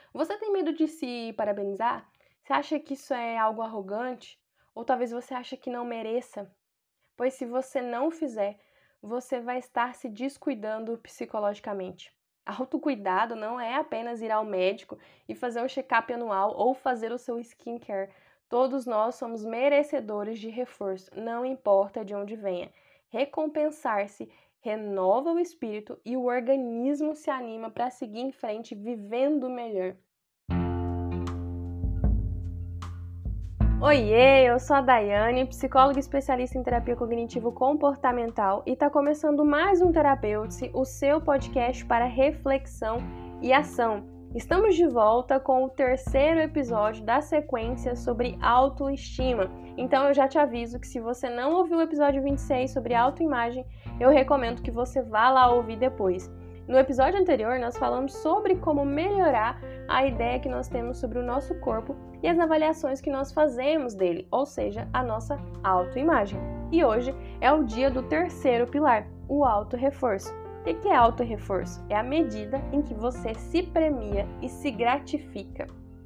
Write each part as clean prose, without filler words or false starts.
Você tem medo de se parabenizar? Você acha que isso é algo arrogante? Ou talvez você ache que não mereça? Pois se você não o fizer, você vai estar se descuidando psicologicamente. Autocuidado não é apenas ir ao médico e fazer um check-up anual ou fazer o seu skincare. Todos nós somos merecedores de reforço, não importa de onde venha. Recompensar-se renova o espírito e o organismo se anima para seguir em frente vivendo melhor. Oiê, eu sou a Daiane, psicóloga especialista em terapia cognitivo-comportamental e está começando mais um Terapeute-se, o seu podcast para reflexão e ação. Estamos de volta com o terceiro episódio da sequência sobre autoestima. Então eu já te aviso que se você não ouviu o episódio 26 sobre autoimagem, eu recomendo que você vá lá ouvir depois. No episódio anterior, nós falamos sobre como melhorar a ideia que nós temos sobre o nosso corpo e as avaliações que nós fazemos dele, ou seja, a nossa autoimagem. E hoje é o dia do terceiro pilar, o autorreforço. O que é autorreforço? É a medida em que você se premia e se gratifica.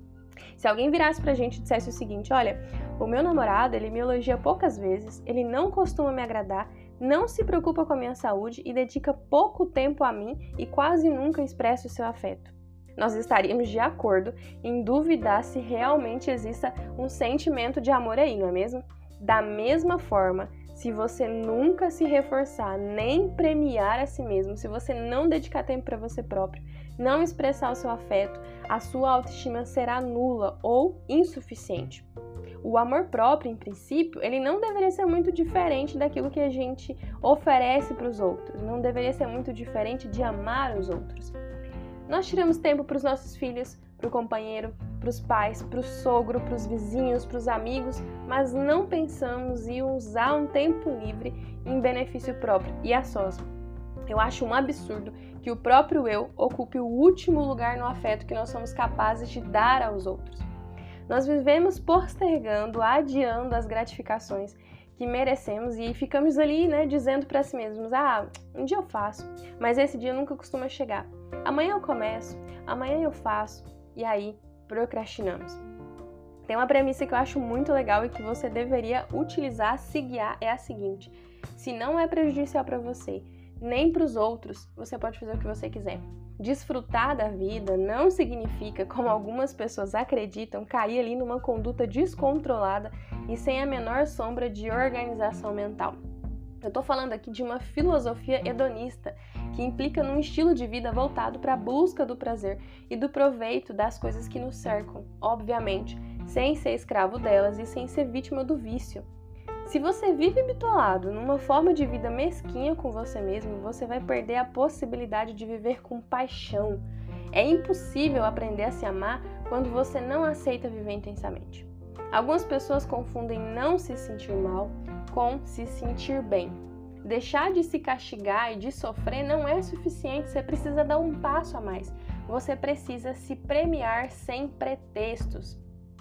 Se alguém virasse pra gente e dissesse o seguinte, olha, o meu namorado, ele me elogia poucas vezes, ele não costuma me agradar, não se preocupa com a minha saúde e dedica pouco tempo a mim e quase nunca expressa o seu afeto. Nós estaríamos de acordo em duvidar se realmente exista um sentimento de amor aí, não é mesmo? Da mesma forma, se você nunca se reforçar nem premiar a si mesmo, se você não dedicar tempo para você próprio, não expressar o seu afeto, a sua autoestima será nula ou insuficiente. O amor próprio, em princípio, ele não deveria ser muito diferente daquilo que a gente oferece para os outros, não deveria ser muito diferente de amar os outros. Nós tiramos tempo para os nossos filhos, para o companheiro, para os pais, para o sogro, para os vizinhos, para os amigos, mas não pensamos em usar um tempo livre em benefício próprio e a sós. Eu acho um absurdo que o próprio eu ocupe o último lugar no afeto que nós somos capazes de dar aos outros. Nós vivemos postergando, adiando as gratificações que merecemos e ficamos ali, dizendo para si mesmos, um dia eu faço, mas esse dia nunca costuma chegar. Amanhã eu começo, amanhã eu faço, e aí procrastinamos. Tem uma premissa que eu acho muito legal e que você deveria utilizar, se guiar, é a seguinte: se não é prejudicial para você, nem para os outros, você pode fazer o que você quiser. Desfrutar da vida não significa, como algumas pessoas acreditam, cair ali numa conduta descontrolada e sem a menor sombra de organização mental. Eu estou falando aqui de uma filosofia hedonista, que implica num estilo de vida voltado para a busca do prazer e do proveito das coisas que nos cercam, obviamente, sem ser escravo delas e sem ser vítima do vício. Se você vive bitolado numa forma de vida mesquinha com você mesmo, você vai perder a possibilidade de viver com paixão. É impossível aprender a se amar quando você não aceita viver intensamente. Algumas pessoas confundem não se sentir mal com se sentir bem. Deixar de se castigar e de sofrer não é suficiente, você precisa dar um passo a mais. Você precisa se premiar sem pretextos.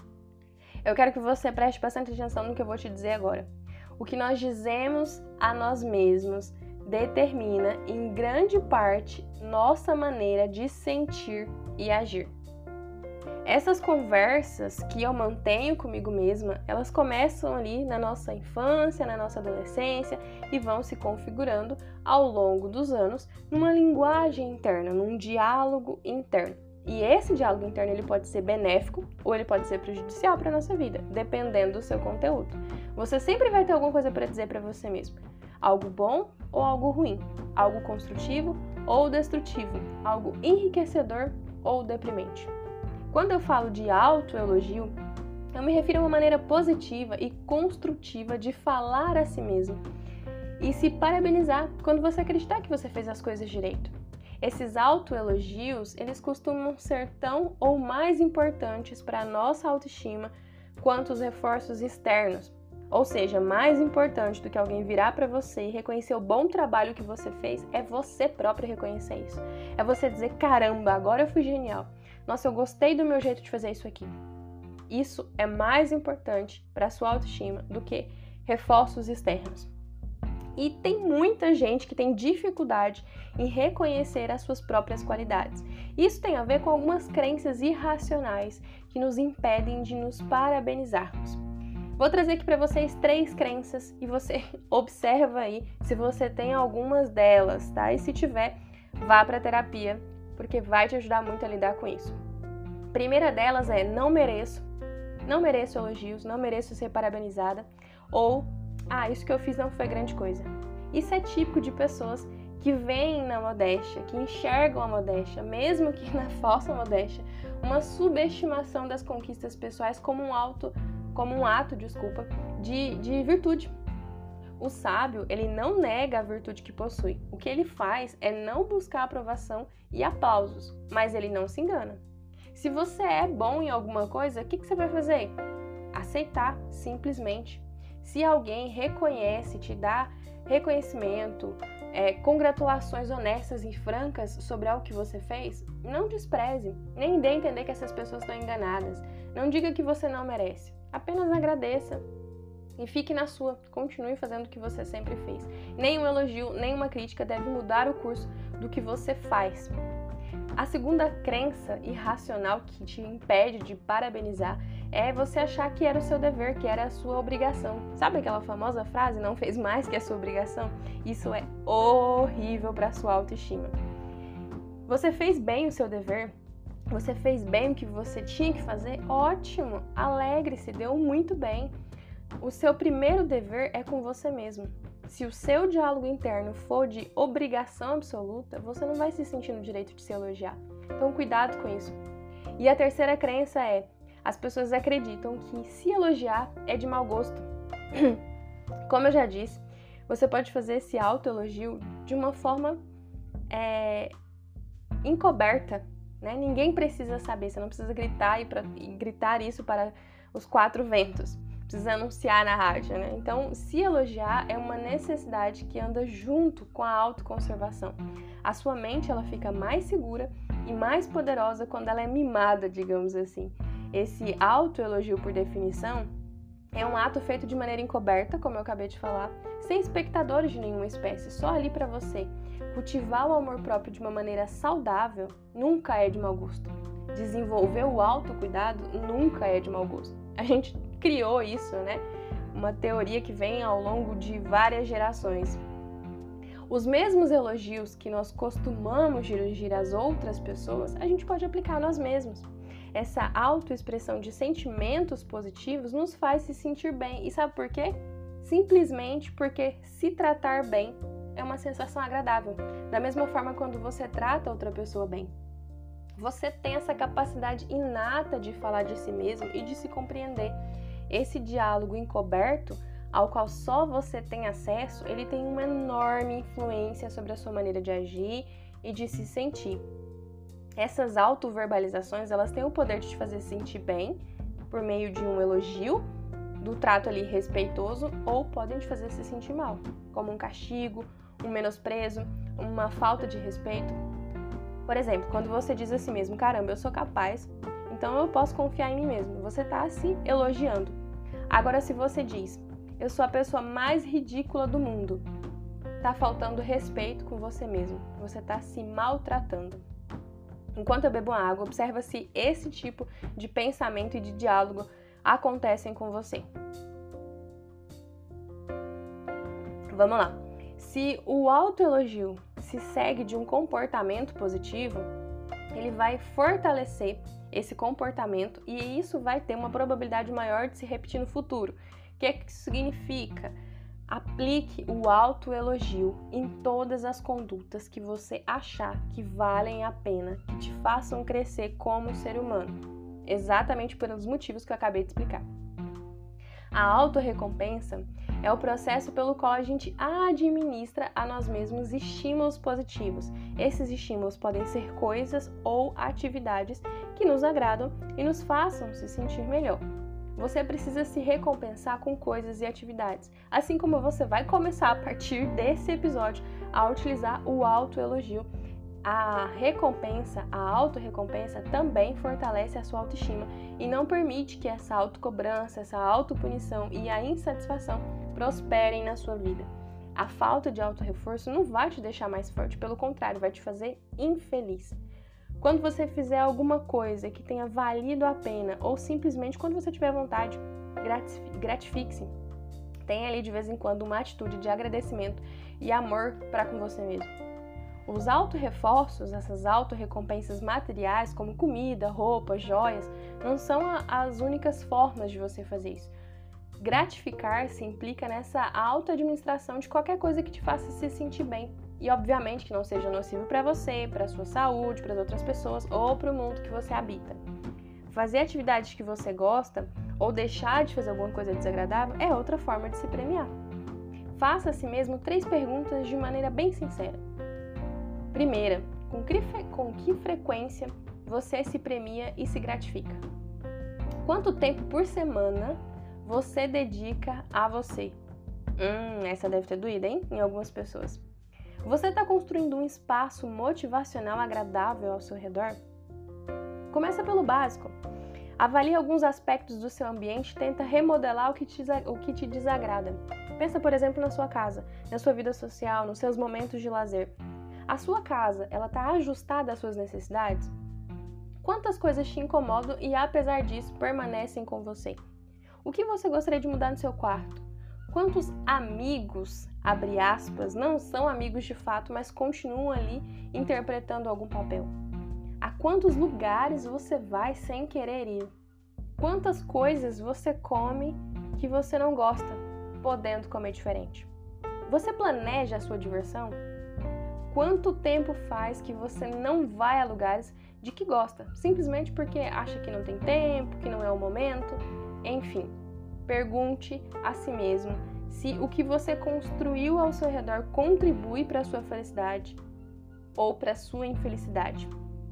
Eu quero que você preste bastante atenção no que eu vou te dizer agora. O que nós dizemos a nós mesmos determina, em grande parte, nossa maneira de sentir e agir. Essas conversas que eu mantenho comigo mesma, elas começam ali na nossa infância, na nossa adolescência e vão se configurando ao longo dos anos numa linguagem interna, num diálogo interno. E esse diálogo interno ele pode ser benéfico ou ele pode ser prejudicial para a nossa vida, dependendo do seu conteúdo. Você sempre vai ter alguma coisa para dizer para você mesmo. Algo bom ou algo ruim, algo construtivo ou destrutivo, algo enriquecedor ou deprimente. Quando eu falo de autoelogio, eu me refiro a uma maneira positiva e construtiva de falar a si mesmo e se parabenizar quando você acreditar que você fez as coisas direito. Esses autoelogios, eles costumam ser tão ou mais importantes para a nossa autoestima quanto os reforços externos. Ou seja, mais importante do que alguém virar para você e reconhecer o bom trabalho que você fez é você próprio reconhecer isso. É você dizer, caramba, agora eu fui genial. Nossa, eu gostei do meu jeito de fazer isso aqui. Isso é mais importante para a sua autoestima do que reforços externos. E tem muita gente que tem dificuldade em reconhecer as suas próprias qualidades. Isso tem a ver com algumas crenças irracionais que nos impedem de nos parabenizarmos. Vou trazer aqui para vocês 3 crenças e você observa aí se você tem algumas delas, tá? E se tiver, vá para terapia, porque vai te ajudar muito a lidar com isso. A primeira delas é não mereço elogios, não mereço ser parabenizada, ou isso que eu fiz não foi grande coisa. Isso é típico de pessoas que veem na modéstia, que enxergam a modéstia, mesmo que na falsa modéstia, uma subestimação das conquistas pessoais como um ato de virtude. O sábio, ele não nega a virtude que possui. O que ele faz é não buscar aprovação e aplausos, mas ele não se engana. Se você é bom em alguma coisa, o que você vai fazer? Aceitar, simplesmente. Se alguém reconhece, te dá reconhecimento, congratulações honestas e francas sobre algo que você fez, não despreze, nem dê a entender que essas pessoas estão enganadas. Não diga que você não merece, apenas agradeça e fique na sua, continue fazendo o que você sempre fez. Nenhum elogio, nenhuma crítica deve mudar o curso do que você faz. A segunda crença irracional que te impede de parabenizar é você achar que era o seu dever, que era a sua obrigação. Sabe aquela famosa frase, não fez mais que a sua obrigação? Isso é horrível para a sua autoestima. Você fez bem o seu dever? Você fez bem o que você tinha que fazer? Ótimo! Alegre-se, deu muito bem. O seu primeiro dever é com você mesmo. Se o seu diálogo interno for de obrigação absoluta, você não vai se sentir no direito de se elogiar. Então, cuidado com isso. E a terceira crença é: as pessoas acreditam que se elogiar é de mau gosto. Como eu já disse, você pode fazer esse autoelogio de uma forma encoberta, né? Ninguém precisa saber, você não precisa gritar isso para os 4 ventos. Precisa anunciar na rádio, né? Então, se elogiar é uma necessidade que anda junto com a autoconservação. A sua mente, ela fica mais segura e mais poderosa quando ela é mimada, digamos assim. Esse autoelogio, por definição, é um ato feito de maneira encoberta, como eu acabei de falar, sem espectadores de nenhuma espécie, só ali para você. Cultivar o amor próprio de uma maneira saudável nunca é de mau gosto. Desenvolver o autocuidado nunca é de mau gosto. A gente criou isso, né? Uma teoria que vem ao longo de várias gerações. Os mesmos elogios que nós costumamos dirigir às outras pessoas, a gente pode aplicar a nós mesmos. Essa autoexpressão de sentimentos positivos nos faz se sentir bem. E sabe por quê? Simplesmente porque se tratar bem é uma sensação agradável. Da mesma forma quando você trata outra pessoa bem. Você tem essa capacidade inata de falar de si mesmo e de se compreender. Esse diálogo encoberto, ao qual só você tem acesso, ele tem uma enorme influência sobre a sua maneira de agir e de se sentir. Essas autoverbalizações, elas têm o poder de te fazer sentir bem por meio de um elogio, do trato ali respeitoso, ou podem te fazer se sentir mal, como um castigo, um menosprezo, uma falta de respeito. Por exemplo, quando você diz a si mesmo: caramba, eu sou capaz, então eu posso confiar em mim mesmo. Você está se elogiando. Agora, se você diz: eu sou a pessoa mais ridícula do mundo, está faltando respeito com você mesmo. Você está se maltratando. Enquanto eu bebo água, observa se esse tipo de pensamento e de diálogo acontecem com você. Vamos lá. Se o autoelogio se segue de um comportamento positivo, ele vai fortalecer esse comportamento e isso vai ter uma probabilidade maior de se repetir no futuro. O que isso significa? Aplique o autoelogio em todas as condutas que você achar que valem a pena, que te façam crescer como ser humano, exatamente pelos motivos que eu acabei de explicar. A autorrecompensa é o processo pelo qual a gente administra a nós mesmos estímulos positivos. Esses estímulos podem ser coisas ou atividades que nos agradam e nos façam se sentir melhor. Você precisa se recompensar com coisas e atividades, assim como você vai começar a partir desse episódio a utilizar o autoelogio. A autorrecompensa também fortalece a sua autoestima e não permite que essa autocobrança, essa autopunição e a insatisfação prosperem na sua vida. A falta de autorreforço não vai te deixar mais forte, pelo contrário, vai te fazer infeliz. Quando você fizer alguma coisa que tenha valido a pena, ou simplesmente quando você tiver vontade, gratifique-se. Tenha ali de vez em quando uma atitude de agradecimento e amor para com você mesmo. Os autorreforços, essas autorrecompensas materiais, como comida, roupa, joias, não são as únicas formas de você fazer isso. Gratificar-se implica nessa auto-administração de qualquer coisa que te faça se sentir bem. E obviamente que não seja nocivo para você, para a sua saúde, para as outras pessoas ou para o mundo que você habita. Fazer atividades que você gosta ou deixar de fazer alguma coisa desagradável é outra forma de se premiar. Faça a si mesmo 3 perguntas de maneira bem sincera. Primeira, com que frequência você se premia e se gratifica? Quanto tempo por semana você dedica a você? Essa deve ter doído, hein? Em algumas pessoas. Você está construindo um espaço motivacional agradável ao seu redor? Começa pelo básico. Avalie alguns aspectos do seu ambiente e tenta remodelar o que te desagrada. Pensa, por exemplo, na sua casa, na sua vida social, nos seus momentos de lazer. A sua casa, ela está ajustada às suas necessidades? Quantas coisas te incomodam e, apesar disso, permanecem com você? O que você gostaria de mudar no seu quarto? Quantos amigos, abre aspas, não são amigos de fato, mas continuam ali interpretando algum papel? A quantos lugares você vai sem querer ir? Quantas coisas você come que você não gosta, podendo comer diferente? Você planeja a sua diversão? Quanto tempo faz que você não vai a lugares de que gosta, simplesmente porque acha que não tem tempo, que não é o momento? Enfim, pergunte a si mesmo se o que você construiu ao seu redor contribui para a sua felicidade ou para a sua infelicidade.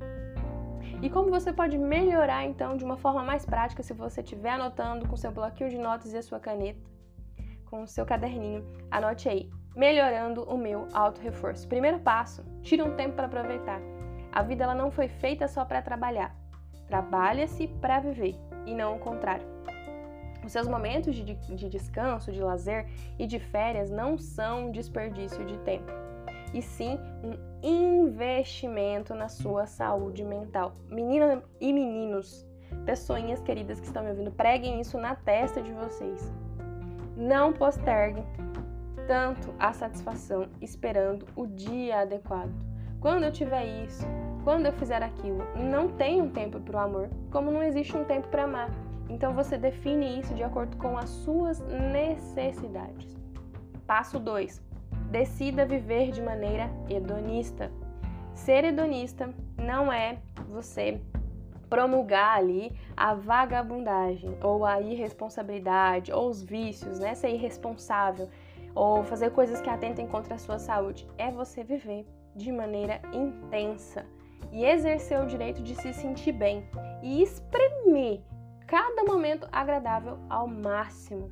E como você pode melhorar, então, de uma forma mais prática, se você estiver anotando com seu bloquinho de notas e a sua caneta, com o seu caderninho, anote aí, melhorando o meu auto-reforço. Primeiro passo, tire um tempo para aproveitar. A vida ela não foi feita só para trabalhar. Trabalha-se para viver, e não o contrário. Os seus momentos de descanso, de lazer e de férias não são um desperdício de tempo, e sim um investimento na sua saúde mental. Meninas e meninos, pessoinhas queridas que estão me ouvindo, preguem isso na testa de vocês. Não posterguem tanto a satisfação esperando o dia adequado. Quando eu tiver isso, quando eu fizer aquilo, não tem um tempo para o amor, como não existe um tempo para amar. Então você define isso de acordo com as suas necessidades. Passo 2. Decida viver de maneira hedonista. Ser hedonista não é você promulgar ali a vagabundagem, ou a irresponsabilidade, ou os vícios, né? Ser irresponsável, ou fazer coisas que atentem contra a sua saúde. É você viver de maneira intensa e exercer o direito de se sentir bem e espremer cada momento agradável ao máximo.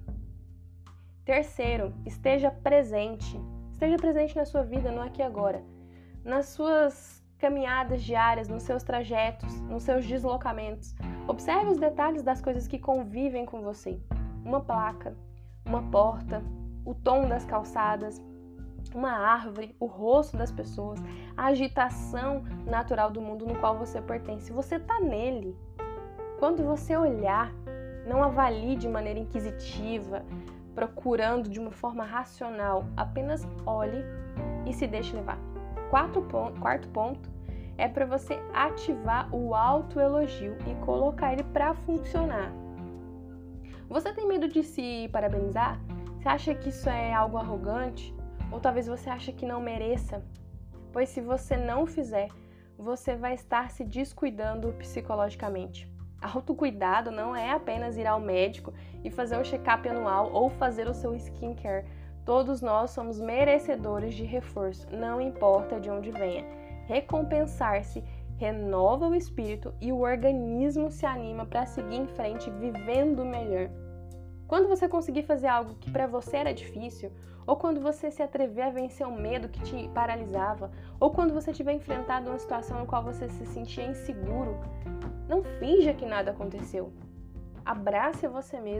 Terceiro, esteja presente. Esteja presente na sua vida, no aqui e agora. Nas suas caminhadas diárias, nos seus trajetos, nos seus deslocamentos. Observe os detalhes das coisas que convivem com você. Uma placa, uma porta, o tom das calçadas, uma árvore, o rosto das pessoas, a agitação natural do mundo no qual você pertence. Você está nele. Quando você olhar, não avalie de maneira inquisitiva, procurando de uma forma racional, apenas olhe e se deixe levar. Quarto ponto é para você ativar o autoelogio e colocar ele para funcionar. Você tem medo de se parabenizar? Você acha que isso é algo arrogante? Ou talvez você ache que não mereça? Pois se você não fizer, você vai estar se descuidando psicologicamente. Autocuidado não é apenas ir ao médico e fazer um check-up anual ou fazer o seu skincare. Todos nós somos merecedores de reforço, não importa de onde venha. Recompensar-se renova o espírito e o organismo se anima para seguir em frente vivendo melhor. Quando você conseguir fazer algo que para você era difícil, ou quando você se atrever a vencer o medo que te paralisava, ou quando você tiver enfrentado uma situação em qual você se sentia inseguro, não finja que nada aconteceu. Abrace você mesmo,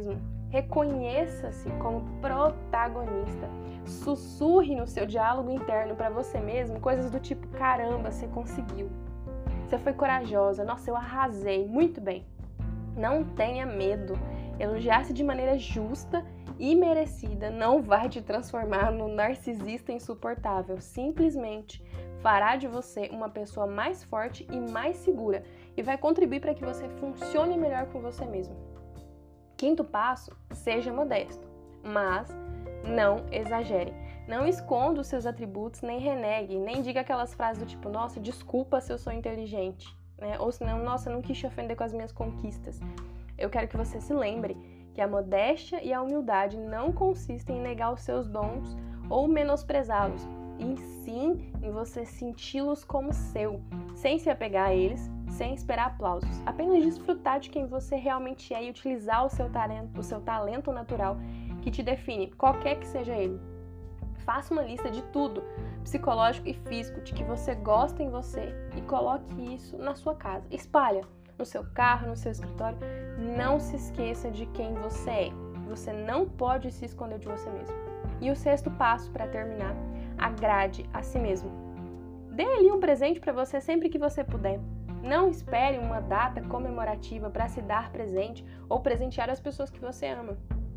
Reconheça-se como protagonista. Sussurre no seu diálogo interno para você mesmo coisas do tipo: caramba, você conseguiu. Você foi corajosa. Nossa, eu arrasei. Muito bem. Não tenha medo. Elogiar-se de maneira justa e merecida não vai te transformar num narcisista insuportável. Simplesmente fará de você uma pessoa mais forte e mais segura e vai contribuir para que você funcione melhor com você mesmo. Quinto passo, seja modesto, mas não exagere. Não esconda os seus atributos, nem renegue, nem diga aquelas frases do tipo: nossa, desculpa se eu sou inteligente, né? Ou senão, nossa, não quis te ofender com as minhas conquistas. Eu quero que você se lembre que a modéstia e a humildade não consistem em negar os seus dons ou menosprezá-los, e sim em você senti-los como seu, sem se apegar a eles, sem esperar aplausos. Apenas desfrutar de quem você realmente é e utilizar o seu talento natural que te define, qualquer que seja ele. Faça uma lista de tudo, psicológico e físico, de que você gosta em você e coloque isso na sua casa. Espalha no seu carro, no seu escritório. Não se esqueça de quem você é. Você não pode se esconder de você mesmo. E o sexto passo, para terminar, agrade a si mesmo. Dê ali um presente para você sempre que você puder. Não espere uma data comemorativa para se dar presente ou presentear as pessoas que você ama.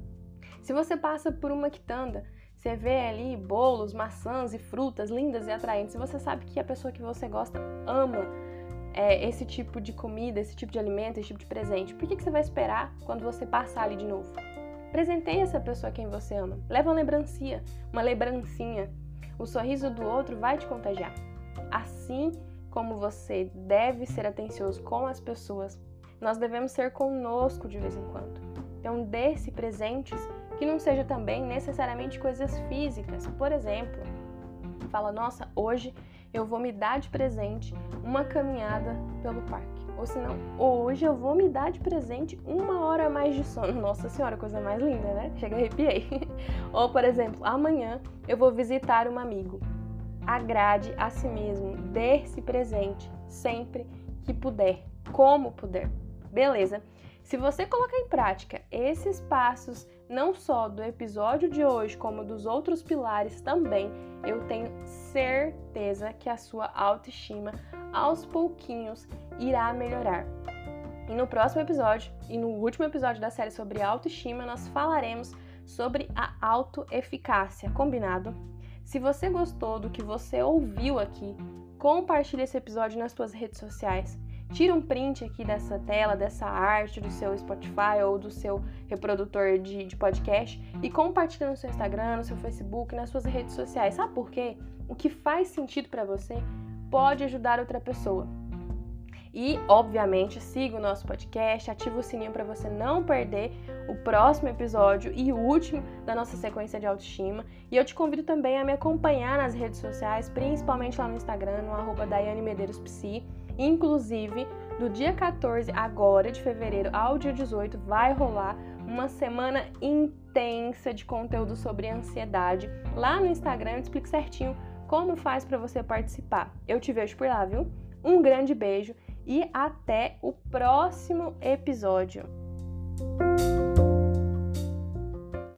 Se você passa por uma quitanda, você vê ali bolos, maçãs e frutas lindas e atraentes, e você sabe que a pessoa que você gosta ama esse tipo de comida, esse tipo de alimento, esse tipo de presente, por que você vai esperar quando você passar ali de novo? Presenteie essa pessoa a quem você ama. Leva uma lembrancinha. O sorriso do outro vai te contagiar. Assim como você deve ser atencioso com as pessoas, nós devemos ser conosco de vez em quando. Então, dê-se presentes que não seja também necessariamente coisas físicas. Por exemplo, fala: nossa, hoje eu vou me dar de presente uma caminhada pelo parque. Ou senão, hoje eu vou me dar de presente 1 hora a mais de sono. Nossa senhora, coisa mais linda, né? Chega, arrepiei. Ou, por exemplo, amanhã eu vou visitar um amigo. Agrade a si mesmo, dê-se presente sempre que puder, como puder. Beleza? Se você colocar em prática esses passos, não só do episódio de hoje, como dos outros pilares também, eu tenho certeza que a sua autoestima, aos pouquinhos, irá melhorar. E no próximo episódio, e no último episódio da série sobre autoestima, nós falaremos sobre a autoeficácia, combinado? Se você gostou do que você ouviu aqui, compartilhe esse episódio nas suas redes sociais. Tira um print aqui dessa tela, dessa arte do seu Spotify ou do seu reprodutor de podcast e compartilha no seu Instagram, no seu Facebook, nas suas redes sociais. Sabe por quê? O que faz sentido para você pode ajudar outra pessoa. E, obviamente, siga o nosso podcast, ativa o sininho para você não perder o próximo episódio e o último da nossa sequência de autoestima. E eu te convido também a me acompanhar nas redes sociais, principalmente lá no Instagram, no @DaianeMedeirospsi. Inclusive, do dia 14 agora de fevereiro ao dia 18 vai rolar uma semana intensa de conteúdo sobre ansiedade. Lá no Instagram eu te explico certinho como faz para você participar. Eu te vejo por lá, viu? Um grande beijo e até o próximo episódio.